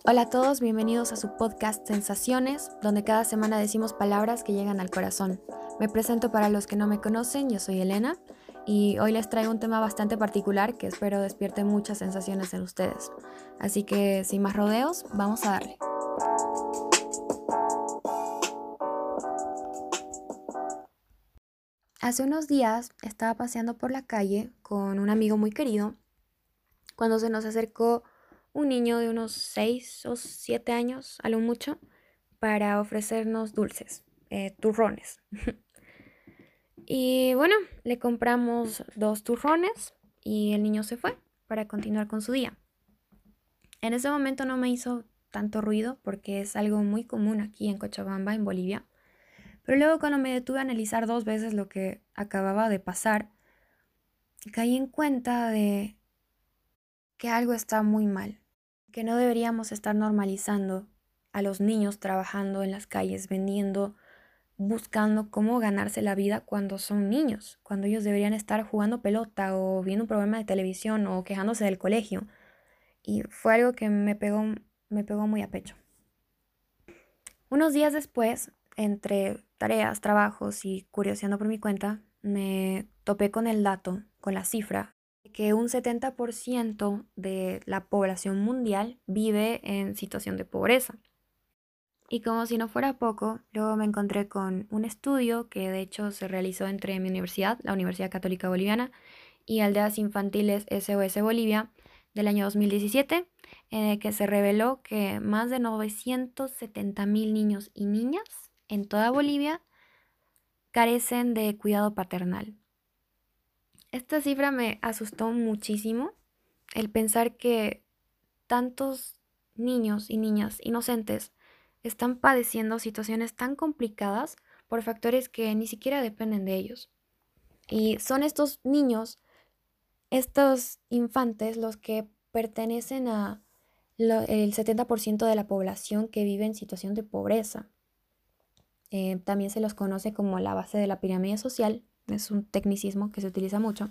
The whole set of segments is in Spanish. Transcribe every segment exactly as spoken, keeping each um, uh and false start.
Hola a todos, bienvenidos a su podcast Sensaciones, donde cada semana decimos palabras que llegan al corazón. Me presento para los que no me conocen, yo soy Elena y hoy les traigo un tema bastante particular que espero despierte muchas sensaciones en ustedes. Así que sin más rodeos, vamos a darle. Hace unos días estaba paseando por la calle con un amigo muy querido cuando se nos acercó un niño de unos seis o siete años, a lo mucho, para ofrecernos dulces, eh, turrones. Y bueno, le compramos dos turrones y el niño se fue para continuar con su día. En ese momento no me hizo tanto ruido porque es algo muy común aquí en Cochabamba, en Bolivia. Pero luego cuando me detuve a analizar dos veces lo que acababa de pasar, caí en cuenta de que algo está muy mal, que no deberíamos estar normalizando a los niños trabajando en las calles, vendiendo, buscando cómo ganarse la vida cuando son niños, cuando ellos deberían estar jugando pelota o viendo un programa de televisión o quejándose del colegio. Y fue algo que me pegó, me pegó muy a pecho. Unos días después, entre tareas, trabajos y curioseando por mi cuenta, me topé con el dato, con la cifra, de que un setenta por ciento de la población mundial vive en situación de pobreza. Y como si no fuera poco, luego me encontré con un estudio que de hecho se realizó entre mi universidad, la Universidad Católica Boliviana, y Aldeas Infantiles S O S Bolivia del año dos mil diecisiete, en el que se reveló que más de novecientos setenta mil niños y niñas en toda Bolivia carecen de cuidado paternal. Esta cifra me asustó muchísimo, el pensar que tantos niños y niñas inocentes están padeciendo situaciones tan complicadas por factores que ni siquiera dependen de ellos. Y son estos niños, estos infantes, los que pertenecen a lo, el setenta por ciento de la población que vive en situación de pobreza. Eh, también se los conoce como la base de la pirámide social, es un tecnicismo que se utiliza mucho.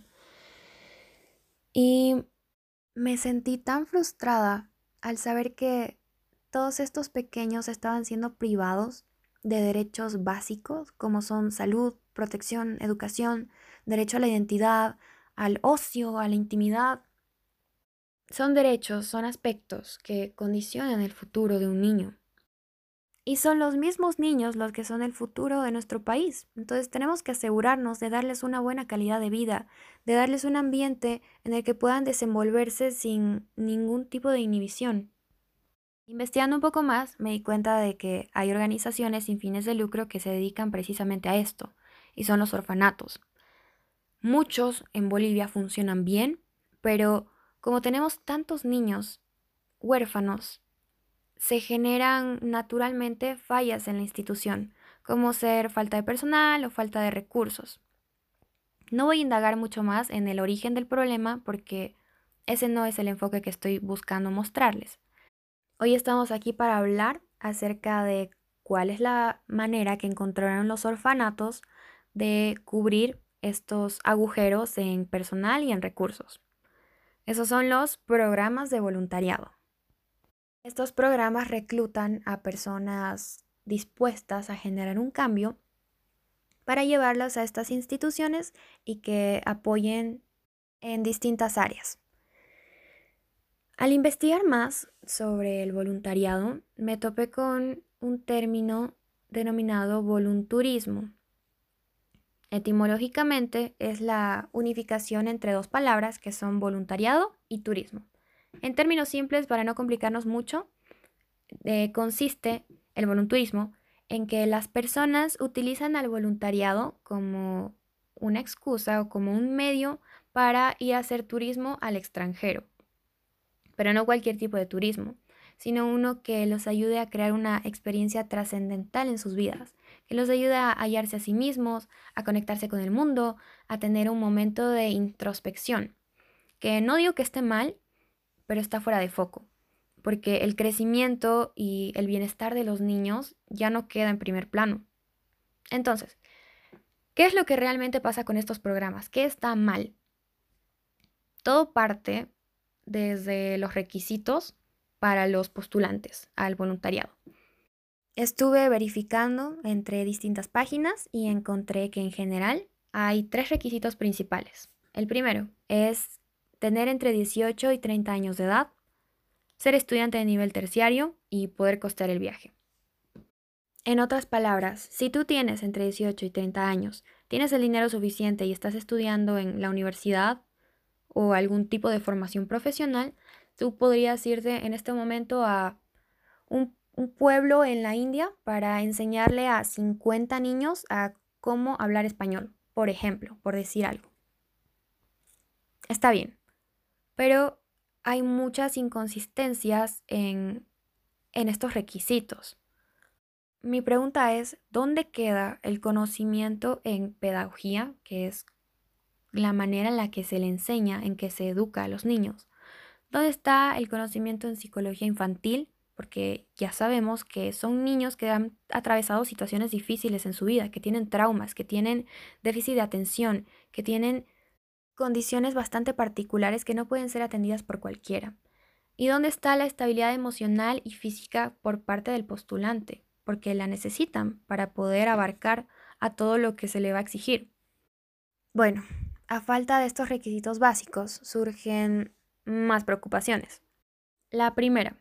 Y me sentí tan frustrada al saber que todos estos pequeños estaban siendo privados de derechos básicos como son salud, protección, educación, derecho a la identidad, al ocio, a la intimidad. Son derechos, son aspectos que condicionan el futuro de un niño. Y son los mismos niños los que son el futuro de nuestro país. Entonces tenemos que asegurarnos de darles una buena calidad de vida, de darles un ambiente en el que puedan desenvolverse sin ningún tipo de inhibición. Investigando un poco más, me di cuenta de que hay organizaciones sin fines de lucro que se dedican precisamente a esto, y son los orfanatos. Muchos en Bolivia funcionan bien, pero como tenemos tantos niños huérfanos, se generan naturalmente fallas en la institución, como ser falta de personal o falta de recursos. No voy a indagar mucho más en el origen del problema porque ese no es el enfoque que estoy buscando mostrarles. Hoy estamos aquí para hablar acerca de cuál es la manera que encontraron los orfanatos de cubrir estos agujeros en personal y en recursos. Esos son los programas de voluntariado. Estos programas reclutan a personas dispuestas a generar un cambio para llevarlas a estas instituciones y que apoyen en distintas áreas. Al investigar más sobre el voluntariado, me topé con un término denominado volunturismo. Etimológicamente es la unificación entre dos palabras que son voluntariado y turismo. En términos simples, para no complicarnos mucho, eh, consiste el volunturismo en que las personas utilizan al voluntariado como una excusa o como un medio para ir a hacer turismo al extranjero. Pero no cualquier tipo de turismo, sino uno que los ayude a crear una experiencia trascendental en sus vidas, que los ayude a hallarse a sí mismos, a conectarse con el mundo, a tener un momento de introspección, que no digo que esté mal, pero está fuera de foco, porque el crecimiento y el bienestar de los niños ya no queda en primer plano. Entonces, ¿qué es lo que realmente pasa con estos programas? ¿Qué está mal? Todo parte desde los requisitos para los postulantes al voluntariado. Estuve verificando entre distintas páginas y encontré que en general hay tres requisitos principales. El primero es tener entre dieciocho y treinta años de edad, ser estudiante de nivel terciario y poder costear el viaje. En otras palabras, si tú tienes entre dieciocho y treinta años, tienes el dinero suficiente y estás estudiando en la universidad o algún tipo de formación profesional, tú podrías irte en este momento a un, un pueblo en la India para enseñarle a cincuenta niños a cómo hablar español, por ejemplo, por decir algo. Está bien, pero hay muchas inconsistencias en, en estos requisitos. Mi pregunta es, ¿dónde queda el conocimiento en pedagogía, que es la manera en la que se le enseña, en que se educa a los niños? ¿Dónde está el conocimiento en psicología infantil? Porque ya sabemos que son niños que han atravesado situaciones difíciles en su vida, que tienen traumas, que tienen déficit de atención, que tienen condiciones bastante particulares que no pueden ser atendidas por cualquiera. ¿Y dónde está la estabilidad emocional y física por parte del postulante? Porque la necesitan para poder abarcar a todo lo que se le va a exigir. Bueno, a falta de estos requisitos básicos surgen más preocupaciones. La primera,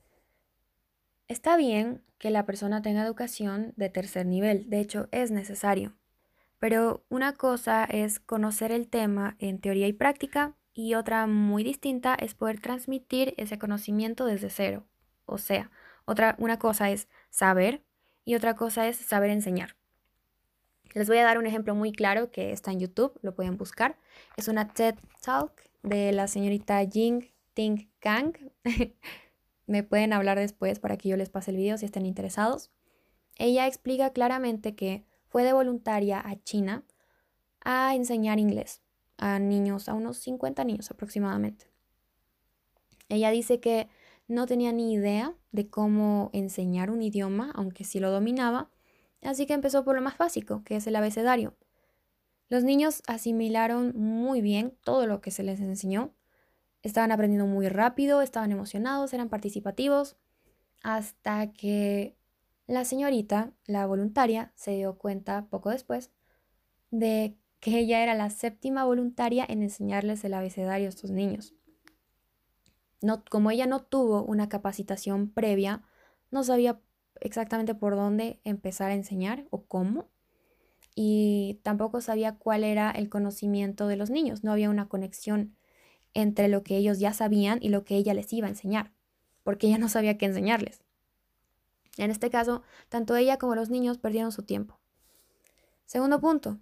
está bien que la persona tenga educación de tercer nivel, de hecho es necesario, pero una cosa es conocer el tema en teoría y práctica y otra muy distinta es poder transmitir ese conocimiento desde cero. O sea, otra, una cosa es saber y otra cosa es saber enseñar. Les voy a dar un ejemplo muy claro que está en YouTube, lo pueden buscar. Es una TED Talk de la señorita Jing Ting Kang. Me pueden hablar después para que yo les pase el video si están interesados. Ella explica claramente que fue de voluntaria a China a enseñar inglés a niños, a unos cincuenta niños aproximadamente. Ella dice que no tenía ni idea de cómo enseñar un idioma, aunque sí lo dominaba, así que empezó por lo más básico, que es el abecedario. Los niños asimilaron muy bien todo lo que se les enseñó. Estaban aprendiendo muy rápido, estaban emocionados, eran participativos, hasta que la señorita, la voluntaria, se dio cuenta poco después de que ella era la séptima voluntaria en enseñarles el abecedario a estos niños. No, como ella no tuvo una capacitación previa, no sabía exactamente por dónde empezar a enseñar o cómo, y tampoco sabía cuál era el conocimiento de los niños. No había una conexión entre lo que ellos ya sabían y lo que ella les iba a enseñar, porque ella no sabía qué enseñarles. En este caso, tanto ella como los niños perdieron su tiempo. Segundo punto.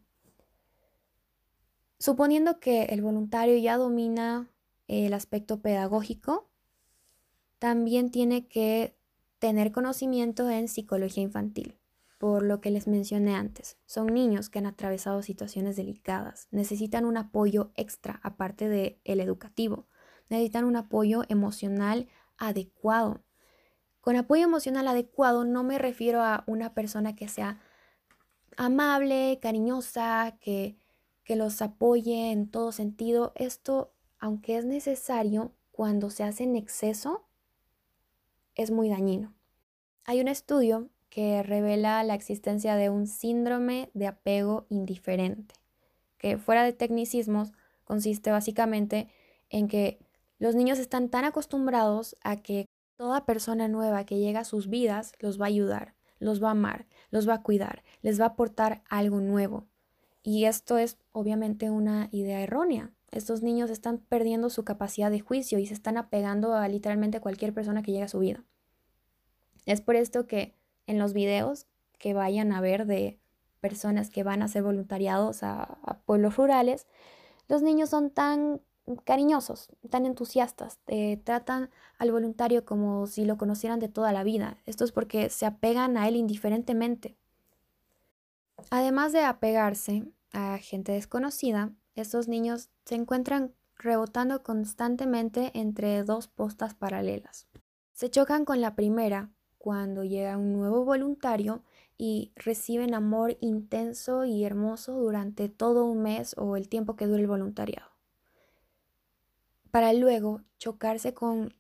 Suponiendo que el voluntario ya domina el aspecto pedagógico, también tiene que tener conocimiento en psicología infantil, por lo que les mencioné antes. Son niños que han atravesado situaciones delicadas, necesitan un apoyo extra aparte del educativo, necesitan un apoyo emocional adecuado. Con apoyo emocional adecuado no me refiero a una persona que sea amable, cariñosa, que, que los apoye en todo sentido. Esto, aunque es necesario, cuando se hace en exceso, es muy dañino. Hay un estudio que revela la existencia de un síndrome de apego indiferente, que fuera de tecnicismos consiste básicamente en que los niños están tan acostumbrados a que toda persona nueva que llega a sus vidas los va a ayudar, los va a amar, los va a cuidar, les va a aportar algo nuevo. Y esto es obviamente una idea errónea. Estos niños están perdiendo su capacidad de juicio y se están apegando a literalmente cualquier persona que llegue a su vida. Es por esto que en los videos que vayan a ver de personas que van a hacer voluntariados a, a pueblos rurales, los niños son tan cariñosos, tan entusiastas, eh, tratan al voluntario como si lo conocieran de toda la vida. Esto es porque se apegan a él indiferentemente. Además de apegarse a gente desconocida, estos niños se encuentran rebotando constantemente entre dos postas paralelas. Se chocan con la primera cuando llega un nuevo voluntario y reciben amor intenso y hermoso durante todo un mes o el tiempo que dure el voluntariado, para luego chocarse con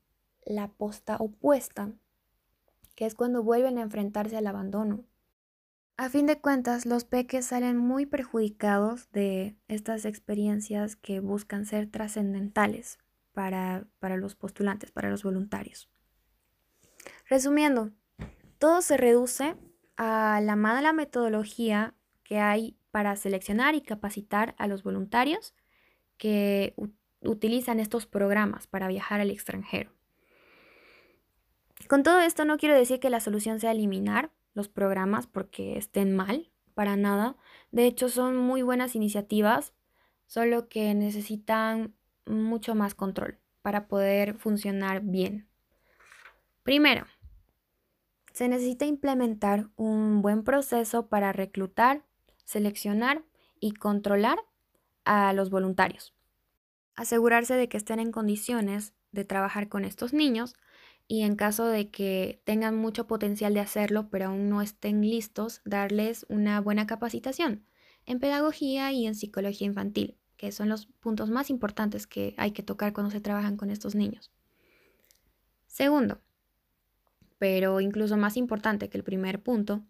la posta opuesta, que es cuando vuelven a enfrentarse al abandono. A fin de cuentas, los peques salen muy perjudicados de estas experiencias que buscan ser trascendentales para, para los postulantes, para los voluntarios. Resumiendo, todo se reduce a la mala metodología que hay para seleccionar y capacitar a los voluntarios que u- utilizan estos programas para viajar al extranjero. Con todo esto no quiero decir que la solución sea eliminar los programas porque estén mal, para nada. De hecho, son muy buenas iniciativas, solo que necesitan mucho más control para poder funcionar bien. Primero, se necesita implementar un buen proceso para reclutar, seleccionar y controlar a los voluntarios. Asegurarse de que estén en condiciones de trabajar con estos niños y en caso de que tengan mucho potencial de hacerlo pero aún no estén listos, darles una buena capacitación en pedagogía y en psicología infantil, que son los puntos más importantes que hay que tocar cuando se trabajan con estos niños. Segundo, pero incluso más importante que el primer punto,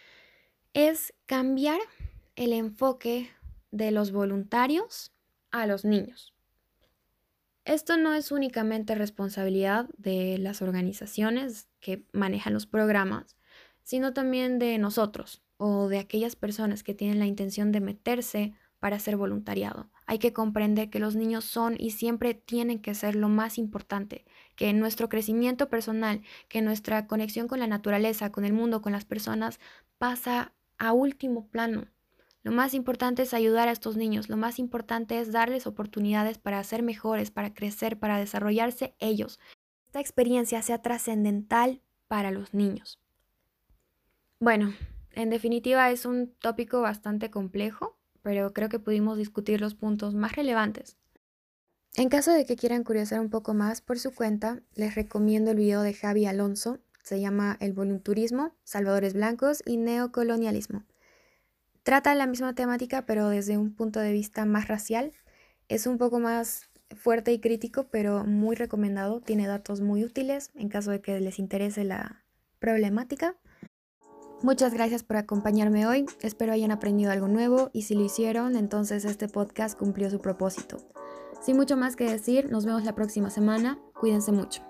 es cambiar el enfoque de los voluntarios a los niños. Esto no es únicamente responsabilidad de las organizaciones que manejan los programas, sino también de nosotros o de aquellas personas que tienen la intención de meterse para hacer voluntariado. Hay que comprender que los niños son y siempre tienen que ser lo más importante, que nuestro crecimiento personal, que nuestra conexión con la naturaleza, con el mundo, con las personas, pasa a último plano. Lo más importante es ayudar a estos niños, lo más importante es darles oportunidades para ser mejores, para crecer, para desarrollarse ellos. Esta experiencia sea trascendental para los niños. Bueno, en definitiva es un tópico bastante complejo, pero creo que pudimos discutir los puntos más relevantes. En caso de que quieran curiosar un poco más por su cuenta, les recomiendo el video de Javi Alonso, se llama El volunturismo, Salvadores Blancos y Neocolonialismo. Trata la misma temática, pero desde un punto de vista más racial. Es un poco más fuerte y crítico, pero muy recomendado. Tiene datos muy útiles en caso de que les interese la problemática. Muchas gracias por acompañarme hoy. Espero hayan aprendido algo nuevo y si lo hicieron, entonces este podcast cumplió su propósito. Sin mucho más que decir, nos vemos la próxima semana. Cuídense mucho.